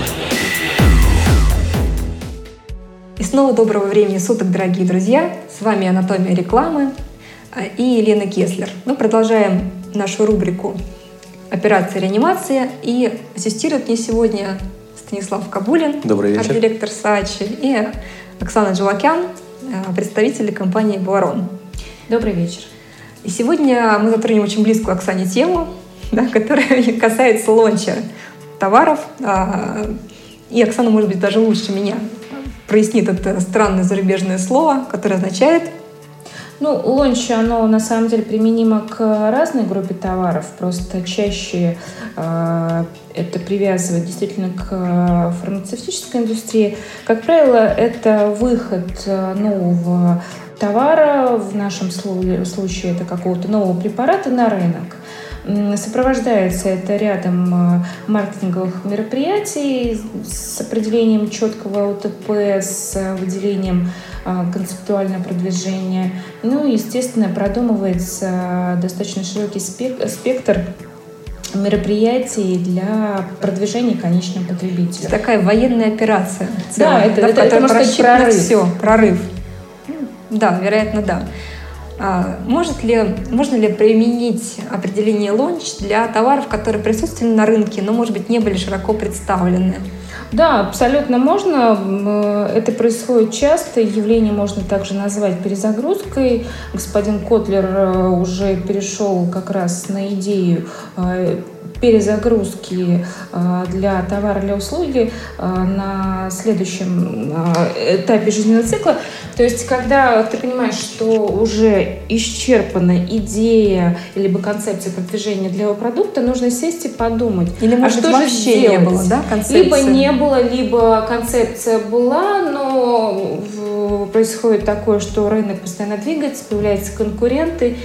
И снова доброго времени суток, дорогие друзья! С вами «Анатомия рекламы» и Елена Кеслер. Мы продолжаем нашу рубрику «Операция реанимация». И ассистирует мне сегодня Станислав Кабулин, арт-директор Саачи, и Оксана Джалакян, представитель компании «Буарон». Добрый вечер. И сегодня мы затронем очень близкую Оксане тему, которая касается лонча товаров. И Оксана, может быть, даже лучше меня прояснит это странное зарубежное слово, которое означает... Лонч, оно на самом деле применимо к разной группе товаров, просто чаще это привязывает действительно к фармацевтической индустрии. Как правило, это выход нового товара, в нашем случае это какого-то нового препарата на рынок. Сопровождается это рядом маркетинговых мероприятий с определением четкого УТП, с выделением концептуального продвижения. Естественно, продумывается достаточно широкий спектр мероприятий для продвижения конечного потребителя. Такая военная операция. Да, это можно сказать прорыв. Все, прорыв. Да, вероятно, да. Можно ли применить определение лонч для товаров, которые присутствовали на рынке, но, может быть, не были широко представлены? Да, абсолютно можно. Это происходит часто. Явление можно также назвать перезагрузкой. Господин Котлер уже перешел как раз на идею перезагрузки для товара или услуги на следующем этапе жизненного цикла. То есть, когда ты понимаешь, что уже исчерпана идея либо концепция продвижения для его продукта, нужно сесть и подумать. Или, может быть, вообще не было, да, концепции? Либо не было, либо концепция была, но происходит такое, что рынок постоянно двигается, появляются конкуренты,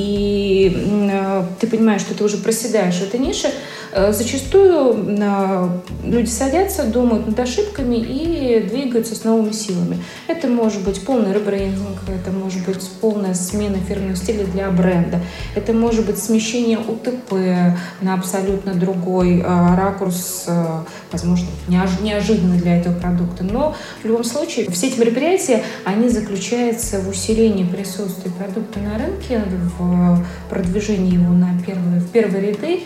и ты понимаешь, что ты уже проседаешь в этой нише. Зачастую люди садятся, думают над ошибками и двигаются с новыми силами. Это может быть полный ребрендинг, это может быть полная смена фирменного стиля для бренда, это может быть смещение УТП на абсолютно другой ракурс, возможно, неожиданно для этого продукта. Но в любом случае все эти мероприятия, они заключаются в усилении присутствия продукта на рынке, в продвижении его в первые ряды.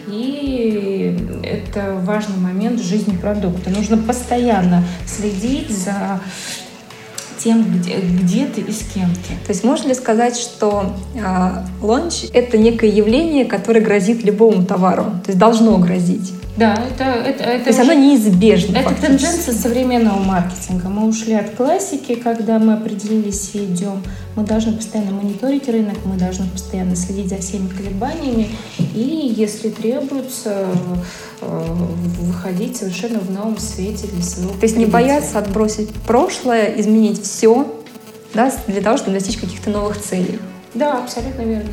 И это важный момент в жизни продукта. Нужно постоянно следить за тем, где ты и с кем ты. То есть можно ли сказать, что лонч — это некое явление, которое грозит любому товару? То есть должно грозить? Да, то есть оно неизбежно. Это тенденция современного маркетинга. Мы ушли от классики, когда мы определились и идем. Мы должны постоянно мониторить рынок, мы должны постоянно следить за всеми колебаниями и, если требуется, выходить совершенно в новом свете для своего потребителя. То есть не бояться отбросить прошлое, изменить все, да, для того, чтобы достичь каких-то новых целей. Да, абсолютно верно.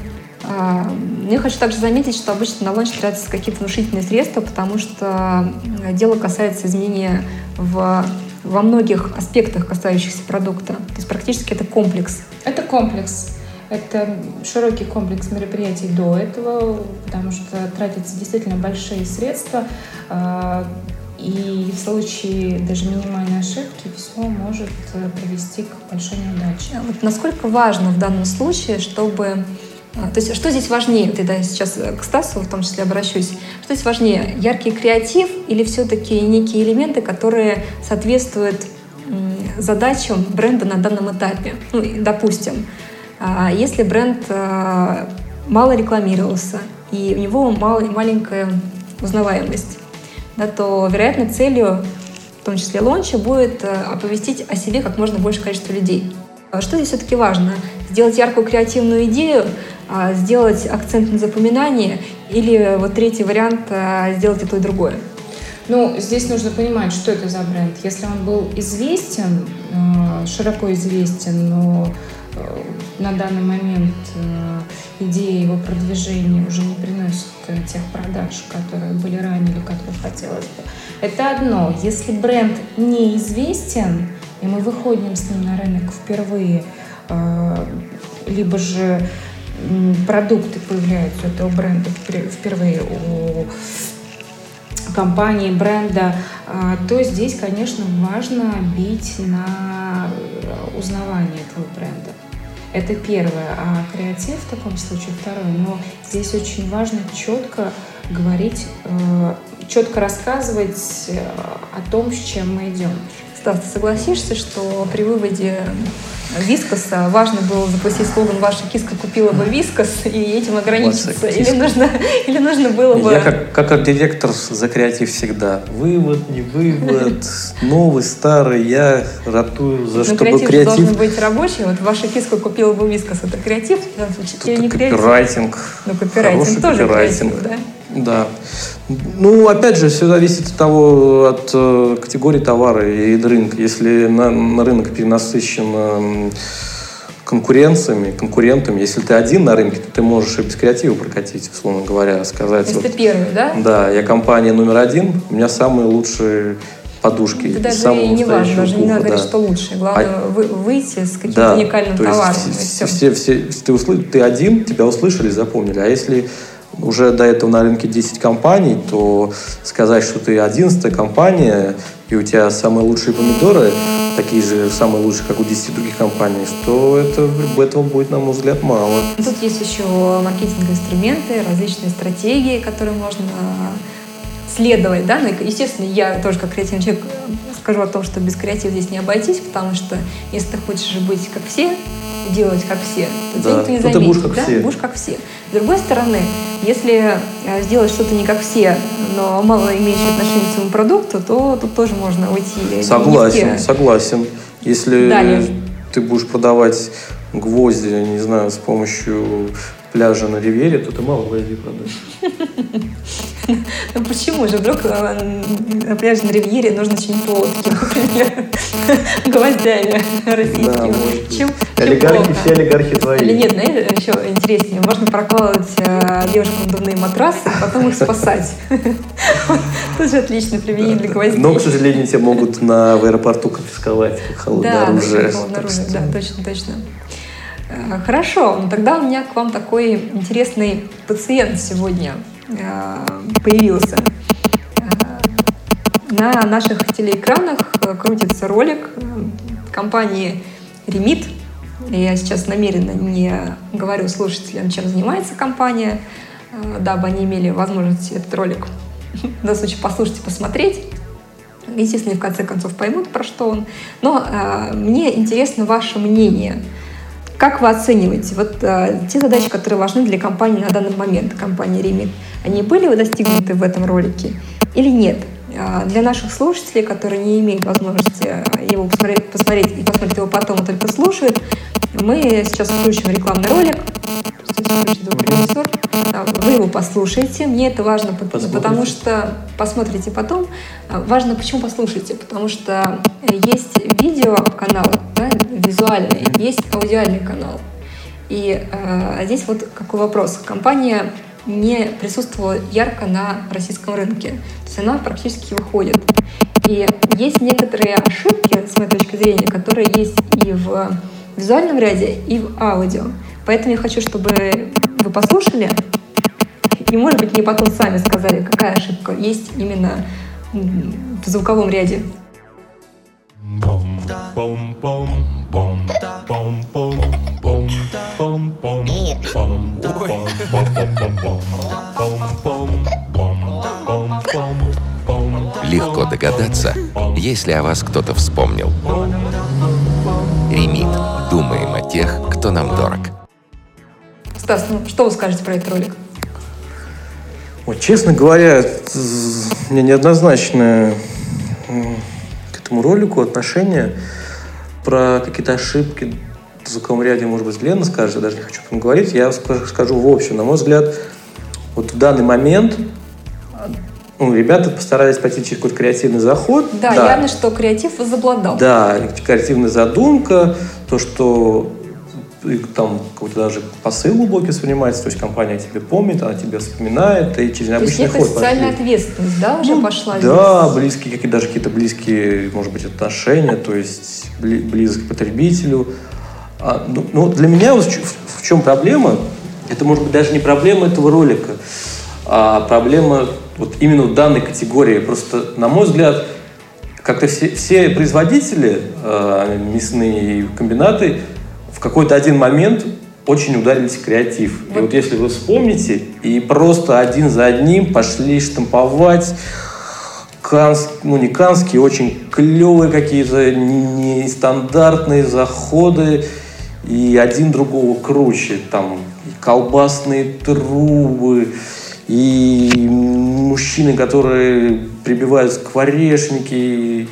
Я хочу также заметить, что обычно на лонч тратятся какие-то внушительные средства, потому что дело касается изменения во многих аспектах, касающихся продукта. То есть практически это комплекс. Это комплекс. Это широкий комплекс мероприятий до этого, потому что тратятся действительно большие средства. И в случае даже минимальной ошибки все может привести к большой неудаче. Вот насколько важно в данном случае, чтобы... То есть что здесь важнее? Я сейчас к Стасу в том числе обращусь. Что здесь важнее? Яркий креатив или все-таки некие элементы, которые соответствуют задачам бренда на данном этапе? Допустим, если бренд мало рекламировался и у него маленькая узнаваемость, да, то, вероятно, целью, в том числе лонча, будет оповестить о себе как можно большее количество людей. Что здесь все-таки важно? Сделать яркую креативную идею, сделать акцент на запоминание или третий вариант сделать и то, и другое? Здесь нужно понимать, что это за бренд. Если он был известен, широко известен, но на данный момент идея его продвижения уже не приносит тех продаж, которые были ранее или которые хотелось бы. Это одно. Если бренд неизвестен, и мы выходим с ним на рынок впервые, либо же продукты появляются у этого бренда впервые у компании, бренда, то здесь, конечно, важно бить на узнавание этого бренда. Это первое. А креатив в таком случае второе. Но здесь очень важно четко говорить, четко рассказывать о том, с чем мы идем. Стас, ты согласишься, что при выводе Вискоса важно было запустить слоган «Ваша киска купила бы Вискос» и этим ограничиться? Или нужно было бы... Я как директор за креатив всегда. Вывод, не вывод, новый, старый. Я ратую за чтобы креатив должен быть рабочий. Вот «Ваша киска купила бы Вискос» — это креатив? Или не креатив? Копирайтинг. Ну, копирайтинг тоже креатив, да? Да. Ну, опять же, все зависит от того, от категории товара и рынка. Если на рынок перенасыщен конкурентами, если ты один на рынке, то ты можешь и без креатива прокатить, условно говоря, сказать. То есть ты первый, да? Да, я компания номер 1, у меня самые лучшие подушки. Это даже и не важно, даже не надо говорить, что лучше. Главное выйти с каким-то уникальным товаром. Ты один, тебя услышали, запомнили. А если уже до этого на рынке 10 компаний, то сказать, что ты 11-я компания, и у тебя самые лучшие помидоры, такие же самые лучшие, как у 10 других компаний, то этого будет, на мой взгляд, мало. Тут есть еще маркетинговые инструменты, различные стратегии, которые можно следовать. Да? Но, естественно, я тоже как креативный человек скажу о том, что без креатива здесь не обойтись, потому что если ты хочешь быть как все, делать как все, то тебя никто не заметит. Ты будешь как все. Будешь как все. С другой стороны, если сделать что-то не как все, но мало имеющее отношение к своему продукту, то тут тоже можно уйти. Согласен. Если ты будешь продавать гвозди, не знаю, с помощью пляжа на Ривьере, то ты мало гвоздей продашь. Ну почему же? Вдруг на пляже на Ривьере нужно что-нибудь плоским, например, гвоздями российскими. Чем олигархи, все олигархи твои. Или нет, знаешь, еще интереснее, можно прокладывать девушкам надувные матрасы, а потом их спасать. Тоже отличное применение для гвоздей. Но, к сожалению, тебя могут в аэропорту конфисковать холодное оружие. Да, точно. Хорошо, ну тогда у меня к вам такой интересный пациент сегодня появился. На наших телеэкранах крутится ролик компании Remit. Я сейчас намеренно не говорю слушателям, чем занимается компания, дабы они имели возможность этот ролик в данном случае послушать и посмотреть. Естественно, в конце концов поймут, про что он. Но мне интересно ваше мнение. Как вы оцениваете те задачи, которые важны для компании на данный момент, компании Remit? Они были достигнуты в этом ролике или нет? Для наших слушателей, которые не имеют возможности его посмотреть и посмотреть его потом, а только слушают, мы сейчас включим рекламный ролик. Вы его послушаете. Мне это важно, потому что посмотрите потом. Важно, почему послушаете? Потому что есть видеоканал, да, визуальный, есть аудиальный канал. И здесь вот какой вопрос. Компания не присутствовала ярко на российском рынке. То есть она практически выходит. И есть некоторые ошибки, с моей точки зрения, которые есть и в визуальном ряде, и в аудио. Поэтому я хочу, чтобы вы послушали и, может быть, мне потом сами сказали, какая ошибка есть именно в звуковом ряде. Легко догадаться, если о вас кто-то вспомнил. Remit. Думаем о тех, кто нам дорог. Стас, что вы скажете про этот ролик? Честно говоря, у меня неоднозначное к этому ролику отношение. Про какие-то ошибки в звуковом ряде, может быть, Лена скажет, я даже не хочу там говорить. Я скажу в общем. На мой взгляд, вот в данный момент ребята постарались пойти через какой-то креативный заход. Да, явно, что креатив возобладал. Да, креативная задумка, то, что там какой-то даже посыл глубокий воспринимается, то есть компания о тебе помнит, она тебя вспоминает, и через необычный ход. То есть социальная ответственность, да, уже пошла? Да, близкие, даже какие-то близкие, может быть, отношения, то есть близость к потребителю. Но для меня в чем проблема, это может быть даже не проблема этого ролика, а проблема вот именно в данной категории. Просто, на мой взгляд, как-то все производители, мясные комбинаты, в какой-то один момент очень ударились в креатив. И вот если вы вспомните, и просто один за одним пошли штамповать не канские, очень клевые какие-то нестандартные заходы, и один другого круче. Там и колбасные трубы, и мужчины, которые прибивают скворечники,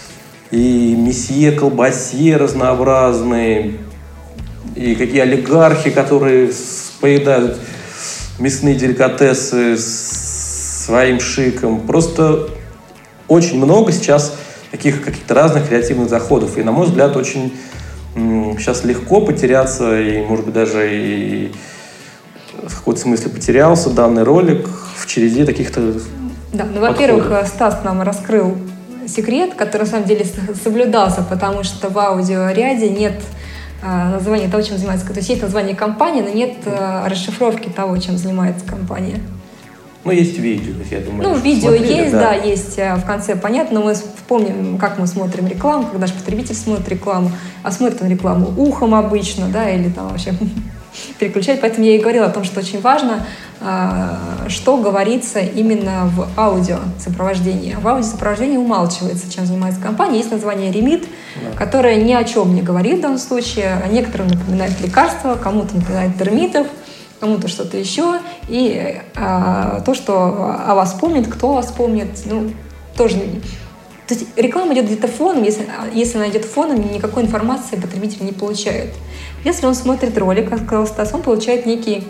и месье колбасье разнообразные, и какие олигархи, которые поедают мясные деликатесы своим шиком. Просто очень много сейчас таких каких-то разных креативных заходов. И, на мой взгляд, очень сейчас легко потеряться, и, может быть, даже и в каком-то смысле потерялся данный ролик в череде таких-то Да, ну, во-первых, Стас нам раскрыл секрет, который, на самом деле, соблюдался, потому что в аудиоряде нет названия того, чем занимается. То есть есть название компании, но нет расшифровки того, чем занимается компания. Ну, есть видео, я думаю. Ну, видео смотрели, есть, да, есть в конце, понятно, но мы вспомним, как мы смотрим рекламу, когда наш потребитель смотрит рекламу, а смотрит он рекламу ухом обычно, да, или там вообще переключать. Поэтому я и говорила о том, что очень важно, что говорится именно в аудиосопровождении. В аудиосопровождении умалчивается, чем занимается компания. Есть название «Ремит», которое ни о чем не говорит в данном случае. Некоторым напоминает лекарства, кому-то напоминает термитов, кому-то что-то еще. И то, что о вас помнит, кто вас помнит, ну, тоже... То есть реклама идет где-то фоном, если она идет фоном, никакой информации потребитель не получает. Если он смотрит ролик, как сказал Стас, он получает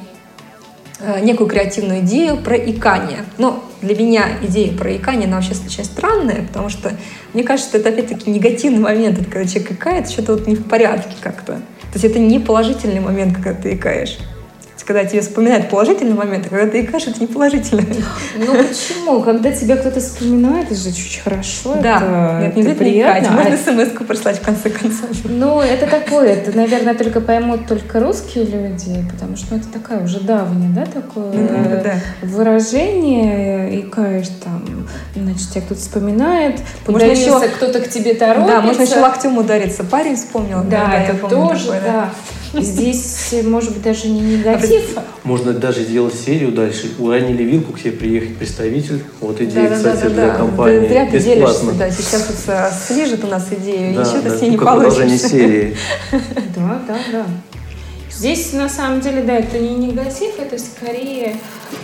некую креативную идею про икание. Но для меня идея про икание, она вообще очень странная, потому что мне кажется, что это опять-таки негативный момент, это когда человек икает, что-то вот не в порядке как-то. То есть это не положительный момент, когда ты икаешь. Когда тебе вспоминают положительный момент, а когда ты икаешь, это не положительный. Ну почему? Когда тебя кто-то вспоминает, это же очень хорошо. Да, это нет, не приятно. Можно смс-ку прислать в конце концов. Ну, это такое, это, наверное, только поймут только русские люди, потому что это такая уже давняя, да, такое выражение, икаешь там, значит, тебя кто-то вспоминает, ударился, кто-то к тебе торопится. Да, можно еще локтем удариться. Парень вспомнил. Да, это тоже, да. Здесь, может быть, даже не негатив. Можно даже сделать серию дальше. Уронили вилку, к тебе приехать представитель. Вот идея, кстати, для компании. Зря ты делишься, да. Сейчас вот слежит у нас идею, и ничего ты с ней не получишь. Продолжение серии. Да. Здесь, на самом деле, да, это не негатив, это скорее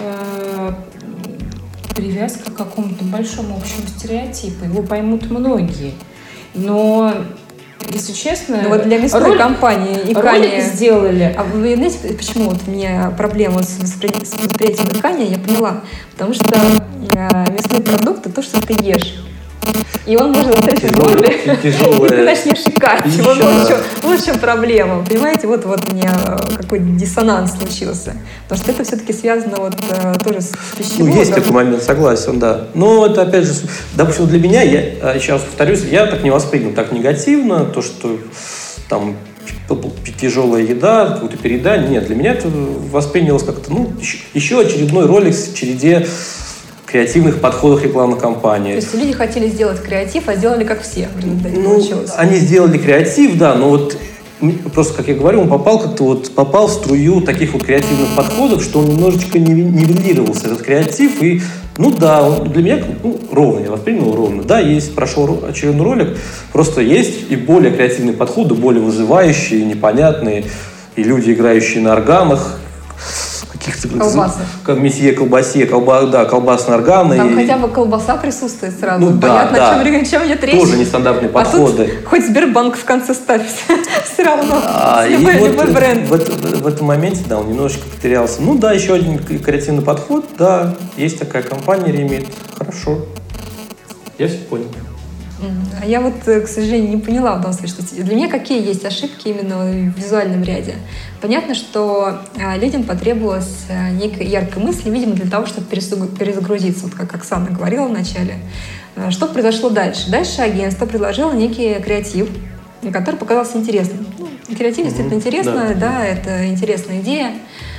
привязка к какому-то большому общему стереотипу. Его поймут многие. Но... Если честно, ну, вот для мясной компании икания сделали. А вы знаете, почему вот у меня проблема с восприятием икания, я поняла. Потому что мясные продукты, то, что ты ешь. И он может остаться в горле, и ты начнешь икать. Вот в чем проблема. Понимаете, вот у меня какой-то диссонанс случился. Потому что это все-таки связано вот тоже с пищеводом. Ну, есть такой момент, согласен, да. Но это, опять же, допустим, для меня, я еще раз повторюсь, я так не воспринял так негативно, то, что там тяжелая еда, какое-то переедание. Нет, для меня это воспринялось как-то, ну, еще очередной ролик в череде креативных подходов рекламных кампаний. То есть люди хотели сделать креатив, а сделали как все. Они сделали креатив, да, но вот просто, как я говорю, он попал в струю таких вот креативных подходов, что он немножечко нивелировался, этот креатив, и, ну да, он для меня ровно, я воспринял ровно. Да, прошел очередной ролик, просто есть и более креативные подходы, более вызывающие, непонятные, и люди, играющие на органах, каких-то как месье колбасье, колбасные органы. Там хотя бы колбаса присутствует сразу. Ну, понятно, да. О чем идет речь. Тоже нестандартные подходы. Тут хоть Сбербанк в конце ставь. Все равно. Любой бренд. В этом моменте, да, он немножечко потерялся. Ну да, еще один креативный подход. Да, есть такая компания Ремит. Хорошо. Я все понял. А я вот, к сожалению, не поняла в данном случае, что для меня какие есть ошибки именно в визуальном ряде. Понятно, что людям потребовалась некая яркая мысль, видимо, для того, чтобы перезагрузиться, вот как Оксана говорила вначале. Что произошло дальше? Дальше агентство предложило некий креатив, который показался интересным. Креатив действительно интересно, да, это интересная идея.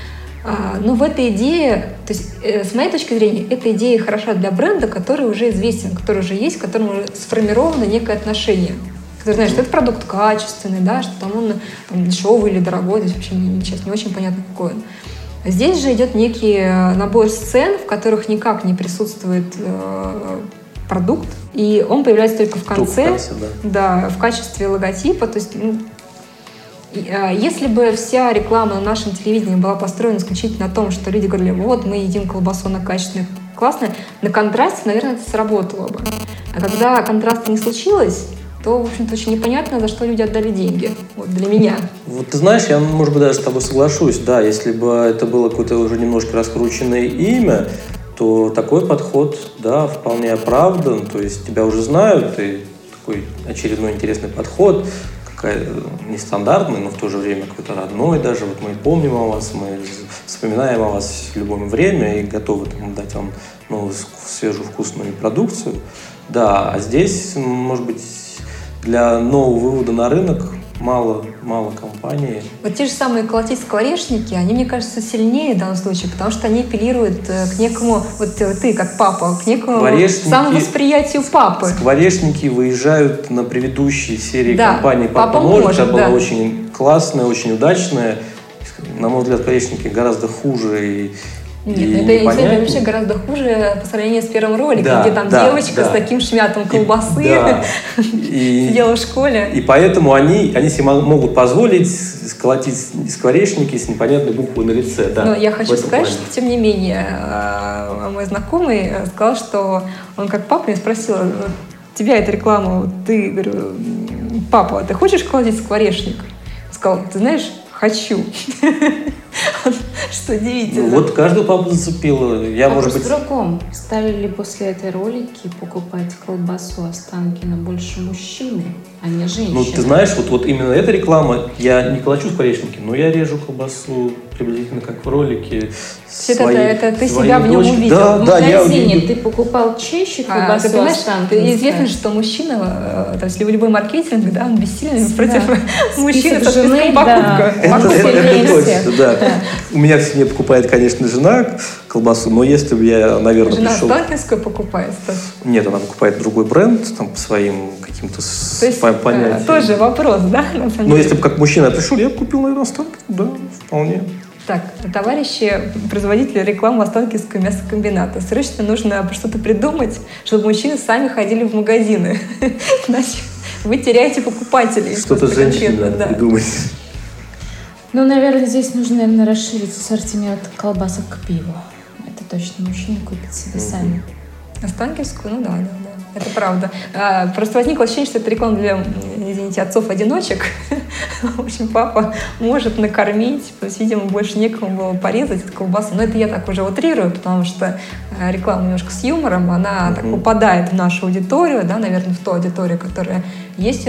Но в этой идее, то есть с моей точки зрения, эта идея хороша для бренда, который уже известен, который уже есть, к которому уже сформировано некое отношение. Ты знаешь, что этот продукт качественный, да, что там он там, дешевый или дорогой, здесь вообще сейчас не очень понятно, какой он. Здесь же идет некий набор сцен, в которых никак не присутствует продукт, и он появляется только в конце, да, в качестве логотипа. То есть, если бы вся реклама на нашем телевидении была построена исключительно на том, что люди говорили, вот мы едим колбасу, она качественная, классная, на контрасте, наверное, это сработало бы. А когда контраста не случилось, то, в общем-то, очень непонятно, за что люди отдали деньги. Вот для меня. Вот ты знаешь, я, может быть, даже с тобой соглашусь. Да, если бы это было какое-то уже немножко раскрученное имя, то такой подход, да, вполне оправдан. То есть тебя уже знают, и такой очередной интересный подход, нестандартный, но в то же время какой-то родной даже. Вот мы помним о вас, мы вспоминаем о вас в любое время и готовы дать вам новую, свежую, вкусную продукцию. Да, а здесь, может быть, для нового вывода на рынок мало компаний. Вот те же самые колотить-скворечники, они, мне кажется, сильнее в данном случае, потому что они апеллируют к некому, вот ты как папа, к некому самовосприятию папы. Скворечники выезжают на предыдущей серии компании «Папа может». Это была очень классная, очень удачная. На мой взгляд, скворечники гораздо хуже Нет, это вообще гораздо хуже по сравнению с первым роликом, где там девочка с таким шмятом колбасы сидела в школе. И поэтому они себе могут позволить сколотить скворечники с непонятной буквой на лице. Но я хочу сказать, что тем не менее мой знакомый сказал, что он как папа меня спросил, тебя эта реклама, ты, говорю, папа, ты хочешь колотить скворечник? Он сказал, ты знаешь, хочу. Что удивительно. Вот каждого папу зацепило. Вопрос в другом. Стали ли после этой ролики покупать колбасу Останкино больше мужчины, а не женщины? Ну, ты знаешь, вот именно эта реклама, я не колочу скворечники, но я режу колбасу приблизительно как в ролике. Это ты себя в нем увидел. В магазине ты покупал чаще колбасу Останкино? Известно, что мужчина, то есть любой маркетинг, да, он бессилен против мужчины со списком покупка. Это точно, да. У меня в семье покупает, конечно, жена колбасу, но если бы я, наверное, жена пришел... Жена Останкинскую покупает? Нет, она покупает другой бренд, там, по своим каким-то понятиям. Тоже вопрос, да? Но если бы как мужчина пришел, я бы купил, наверное, Останкино, да, вполне. Так, товарищи производители рекламы Останкинского мясокомбината, срочно нужно что-то придумать, чтобы мужчины сами ходили в магазины. Иначе вы теряете покупателей. Что-то женщине надо придумать. Ну, наверное, здесь нужно, расширить ассортимент колбасок к пиву. Это точно мужчины купят себе сами. Останкинскую? Ну да. Это правда. Просто возникло ощущение, что это реклама для, извините, отцов-одиночек. В общем, папа может накормить, то есть, видимо, больше некому было порезать эту колбасу. Но это я так уже утрирую, потому что реклама немножко с юмором, она так попадает в нашу аудиторию, да, наверное, в ту аудиторию, которая есть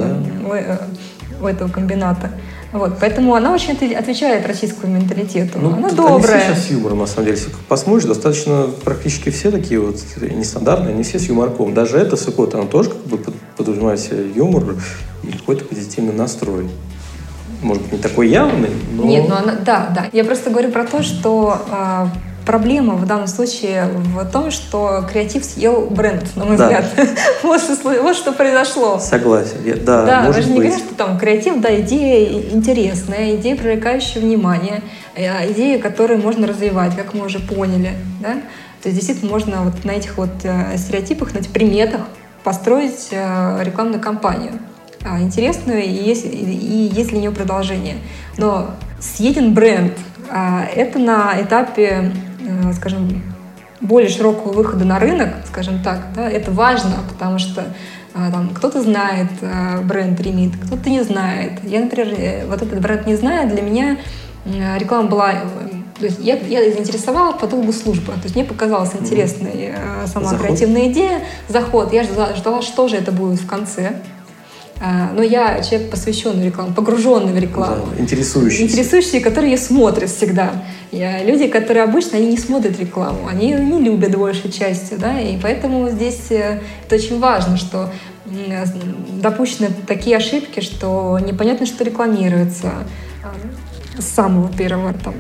у этого комбината. Вот, поэтому она очень отвечает российскому менталитету. Она добрая. Они все сейчас с юмором, на самом деле. Если посмотришь, достаточно практически все такие вот нестандартные, они все с юморком. Даже это Сукот, она тоже как бы подразумевает себе юмор и какой-то позитивный настрой. Может быть, не такой явный, но... Нет, она... Да. Я просто говорю про то, что проблема в данном случае в том, что креатив съел бренд, на мой взгляд. Вот что произошло. Согласен. Да, мы же не говорим, что там креатив, да, идея интересная, идея, привлекающая внимание, идея, которую можно развивать, как мы уже поняли. Да? То есть действительно можно вот на этих вот стереотипах, на этих приметах построить рекламную кампанию. Интересную, и есть для нее продолжение. Но съеден бренд. Это на этапе, скажем, более широкого выхода на рынок, скажем так, да, это важно, потому что там кто-то знает бренд Ремит, кто-то не знает. Я, например, вот этот бренд не знаю, для меня реклама была... То есть я заинтересовала по долгу службы. То есть мне показалась интересной сама креативная идея, заход. Я ждала, что же это будет в конце. Но я человек, посвященный рекламе, погруженный в рекламу. Да, интересующийся, которые ее смотрят всегда. Люди, которые обычно они не смотрят рекламу, они не любят большей частью. Да? И поэтому здесь это очень важно, что допущены такие ошибки, что непонятно, что рекламируется с самого первого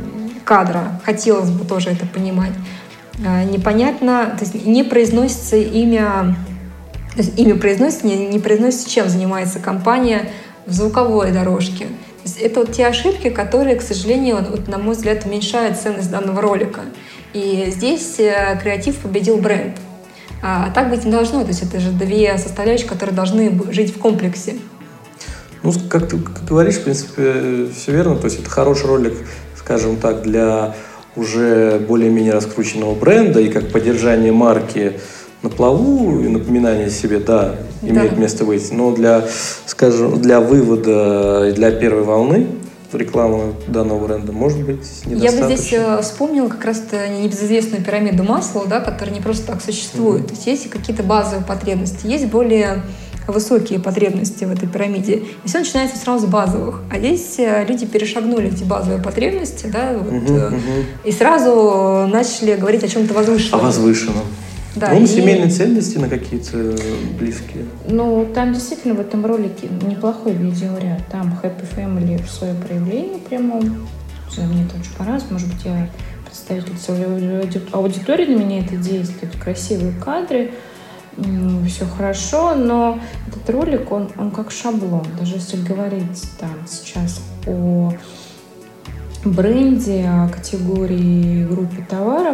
кадра. Хотелось бы тоже это понимать. Непонятно, то есть не произносится имя, то есть имя произносится, не произносится, чем занимается компания в звуковой дорожке. То есть это вот те ошибки, которые, к сожалению, вот, на мой взгляд, уменьшают ценность данного ролика. И здесь креатив победил бренд. А так быть не должно. То есть это же две составляющие, которые должны жить в комплексе. Ну, как ты говоришь, в принципе, все верно. То есть это хороший ролик, скажем так, для уже более-менее раскрученного бренда и как поддержание марки на плаву и напоминание себе, да, имеет место быть. Но для, скажем, для вывода и для первой волны рекламы данного бренда может быть недостаточно. Я бы здесь вспомнила как раз небезызвестную пирамиду Маслоу, да, которая не просто так существует. То есть есть какие-то базовые потребности, есть более высокие потребности в этой пирамиде. И все начинается сразу с базовых. А здесь люди перешагнули эти базовые потребности, да, вот, и сразу начали говорить о чем-то возвышенном. О возвышенном. Да, ну, семейные ценности на какие-то близкие. Ну, там действительно в этом ролике неплохой видеоряд. Там Happy Family в свое проявление прямо. Мне это очень понравилось. Может быть, я представитель целой аудитории, на меня это действует. Красивые кадры, все хорошо, но этот ролик, он как шаблон. Даже если говорить там сейчас о бренде, о категории, группе товаров,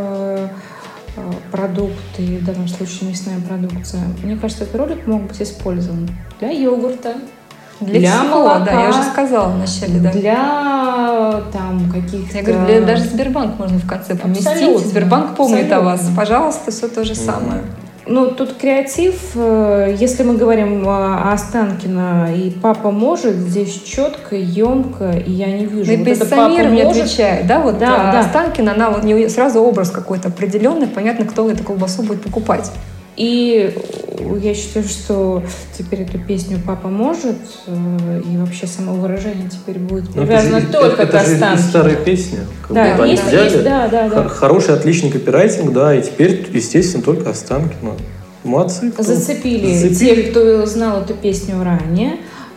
продукты, в данном случае мясная продукция, мне кажется, этот ролик мог быть использован для йогурта, для молока, да, я уже сказала вначале, да. Для там каких-то... Я говорю, даже Сбербанк можно в конце поместить. Абсолютно. Сбербанк помнит о вас. Пожалуйста, все то же самое. Ну, тут креатив, если мы говорим о Останкино и «Папа может», здесь четко, емко, и я не вижу. Да, вот и позиционирование отвечает, да, вот да. Останкино, она вот, у нее сразу образ какой-то определенный, понятно, кто эту колбасу будет покупать. И я считаю, что теперь эту песню «Папа может» и вообще само выражение теперь будет привязано только к Останкино. Это же старые песни. Да, есть, да. Хороший, отличный копирайтинг, да, и теперь, естественно, только Останкино. Молодцы. Зацепили те, кто знал эту песню ранее.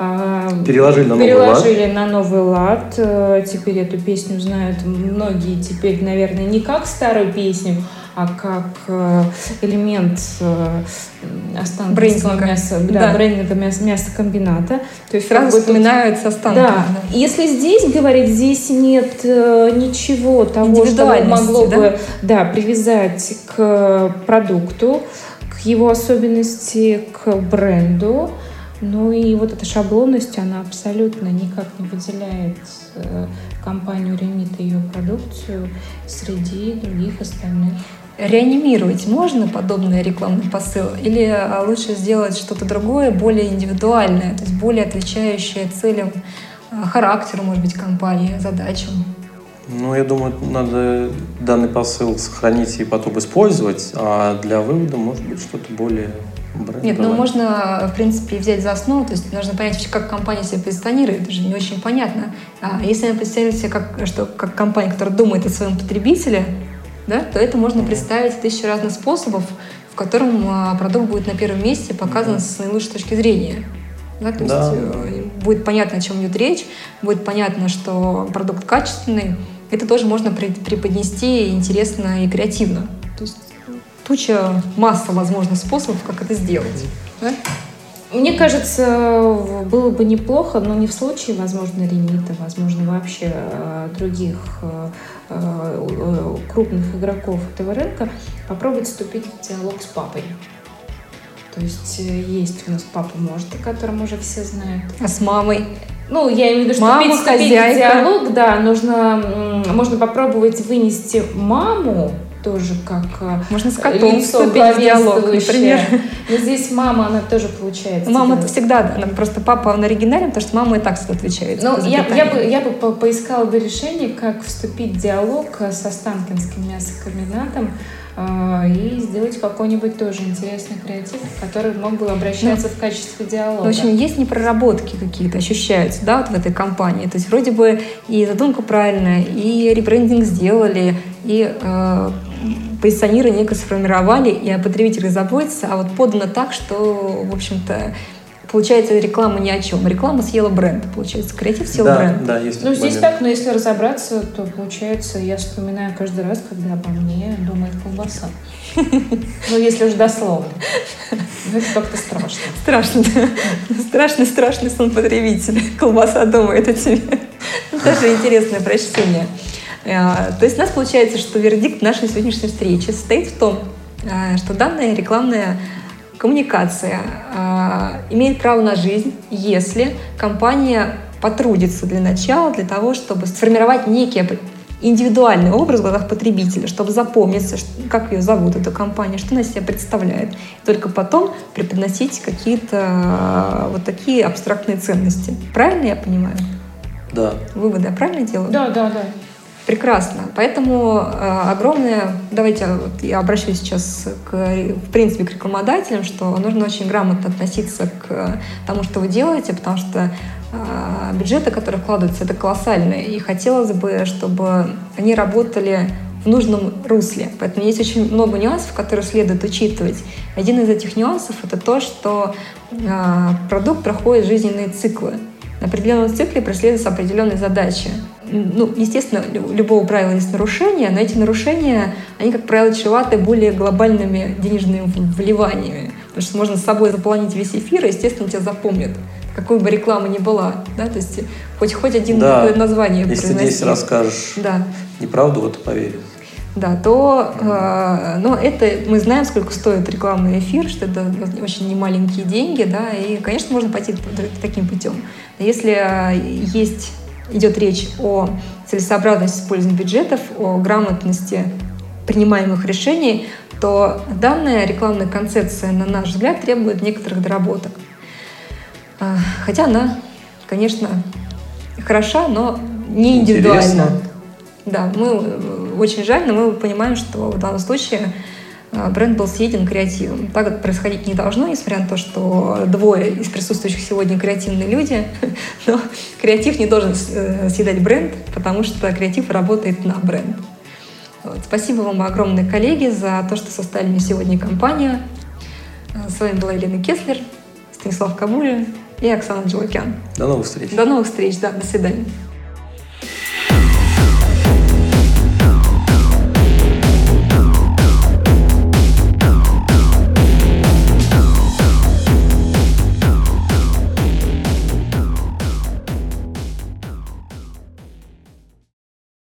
Переложили на новый лад. Теперь эту песню знают многие. Теперь, наверное, не как старую песню, а как элемент останкинского мяса, брендинга мясокомбината. То есть сразу вспоминаются Останкино. Да. Если здесь говорить, здесь нет ничего того, что могло бы привязать к продукту, к его особенности, к бренду. Ну и вот эта шаблонность, она абсолютно никак не выделяет компанию «Ремит» и ее продукцию среди других остальных. Реанимировать можно подобный рекламный посыл? Или лучше сделать что-то другое, более индивидуальное, то есть более отвечающее целям, характеру, может быть, компании, задачам? Ну, я думаю, надо данный посыл сохранить и потом использовать, а для вывода, может быть, что-то более брендовое. Нет, ну можно, в принципе, взять за основу, то есть нужно понять, как компания себя позиционирует, это же не очень понятно. А если она позиционирует себя как компания, которая думает о своем потребителе, да, то это можно представить в 1000 разных способов, в котором продукт будет на первом месте показан с наилучшей точки зрения. Да, то есть будет понятно, о чем идет речь, будет понятно, что продукт качественный. Это тоже можно преподнести интересно и креативно. То есть масса возможных способов, как это сделать. Да? Мне кажется, было бы неплохо, но не в случае, возможно, «Ремита», возможно, вообще других крупных игроков этого рынка, попробовать вступить в диалог с папой. То есть у нас «Папа может», о котором уже все знают. А с мамой? Ну, я имею в виду, что вступить в диалог, да, можно попробовать вынести маму, тоже как можно с котом вступить в диалог, например. Но здесь мама, она тоже получается. Мама всегда, просто папа в оригинале, потому что мама и так всегда отвечает. Ну, я бы поискала бы решение, как вступить в диалог с Останкинским мясокомбинатом и сделать какой-нибудь тоже интересный креатив, который мог бы обращаться в качестве диалога. В общем, есть непроработки какие-то, ощущаются, да, вот в этой компании. То есть вроде бы и задумка правильная, и ребрендинг сделали, и позиционирование некое сформировали, и о потребителях заботятся, а вот подано так, что, в общем-то, получается, реклама ни о чем. Реклама съела бренд, получается. Креатив съел бренд. Да, есть Ну, такой здесь момент. так, но если разобраться, то, получается, я вспоминаю каждый раз, когда обо мне думает колбаса. Ну, если уж дословно. Ну, это как-то страшно. Страшно, да. Страшный сон потребителя. Колбаса думает о тебе. Тоже интересное прочтение. То есть у нас получается, что вердикт нашей сегодняшней встречи состоит в том, что данная рекламная коммуникация имеет право на жизнь, если компания потрудится для начала для того, чтобы сформировать некий индивидуальный образ в глазах потребителя, чтобы запомниться, как ее зовут, эту компанию, что она из себя представляет. И только потом преподносить какие-то вот такие абстрактные ценности. Правильно я понимаю? Да. Выводы я правильно делаю? Да. Прекрасно. Поэтому огромное... Давайте вот я обращусь сейчас в принципе к рекламодателям, что нужно очень грамотно относиться к тому, что вы делаете, потому что бюджеты, которые вкладываются, это колоссальные. И хотелось бы, чтобы они работали в нужном русле. Поэтому есть очень много нюансов, которые следует учитывать. Один из этих нюансов — это то, что продукт проходит жизненные циклы. На определенном цикле преследуются определенные задачи. Ну, естественно, у любого правила есть нарушения, но эти нарушения, они, как правило, чреваты более глобальными денежными вливаниями. Потому что можно с собой заполонить весь эфир, и, естественно, тебя запомнят, какой бы реклама ни была. Да? То есть хоть один такое название если произносить. 10 расскажешь неправду, вот поверят. Да, то но это мы знаем, сколько стоит рекламный эфир, что это очень немаленькие деньги, да, и, конечно, можно пойти таким путем. Но если идет речь о целесообразности использования бюджетов, о грамотности принимаемых решений, то данная рекламная концепция, на наш взгляд, требует некоторых доработок. Хотя она, конечно, хороша, но не индивидуальна. Интересно. Да, мы очень жаль, но мы понимаем, что в данном случае бренд был съеден креативом. Так происходить не должно, несмотря на то, что двое из присутствующих сегодня креативные люди, но креатив не должен съедать бренд, потому что креатив работает на бренд. Вот. Спасибо вам огромное, коллеги, за то, что составили мне сегодня компанию. С вами была Елена Кеслер, Станислав Кабулин и Оксана Джелакян. До новых встреч. До новых встреч, да, до свидания.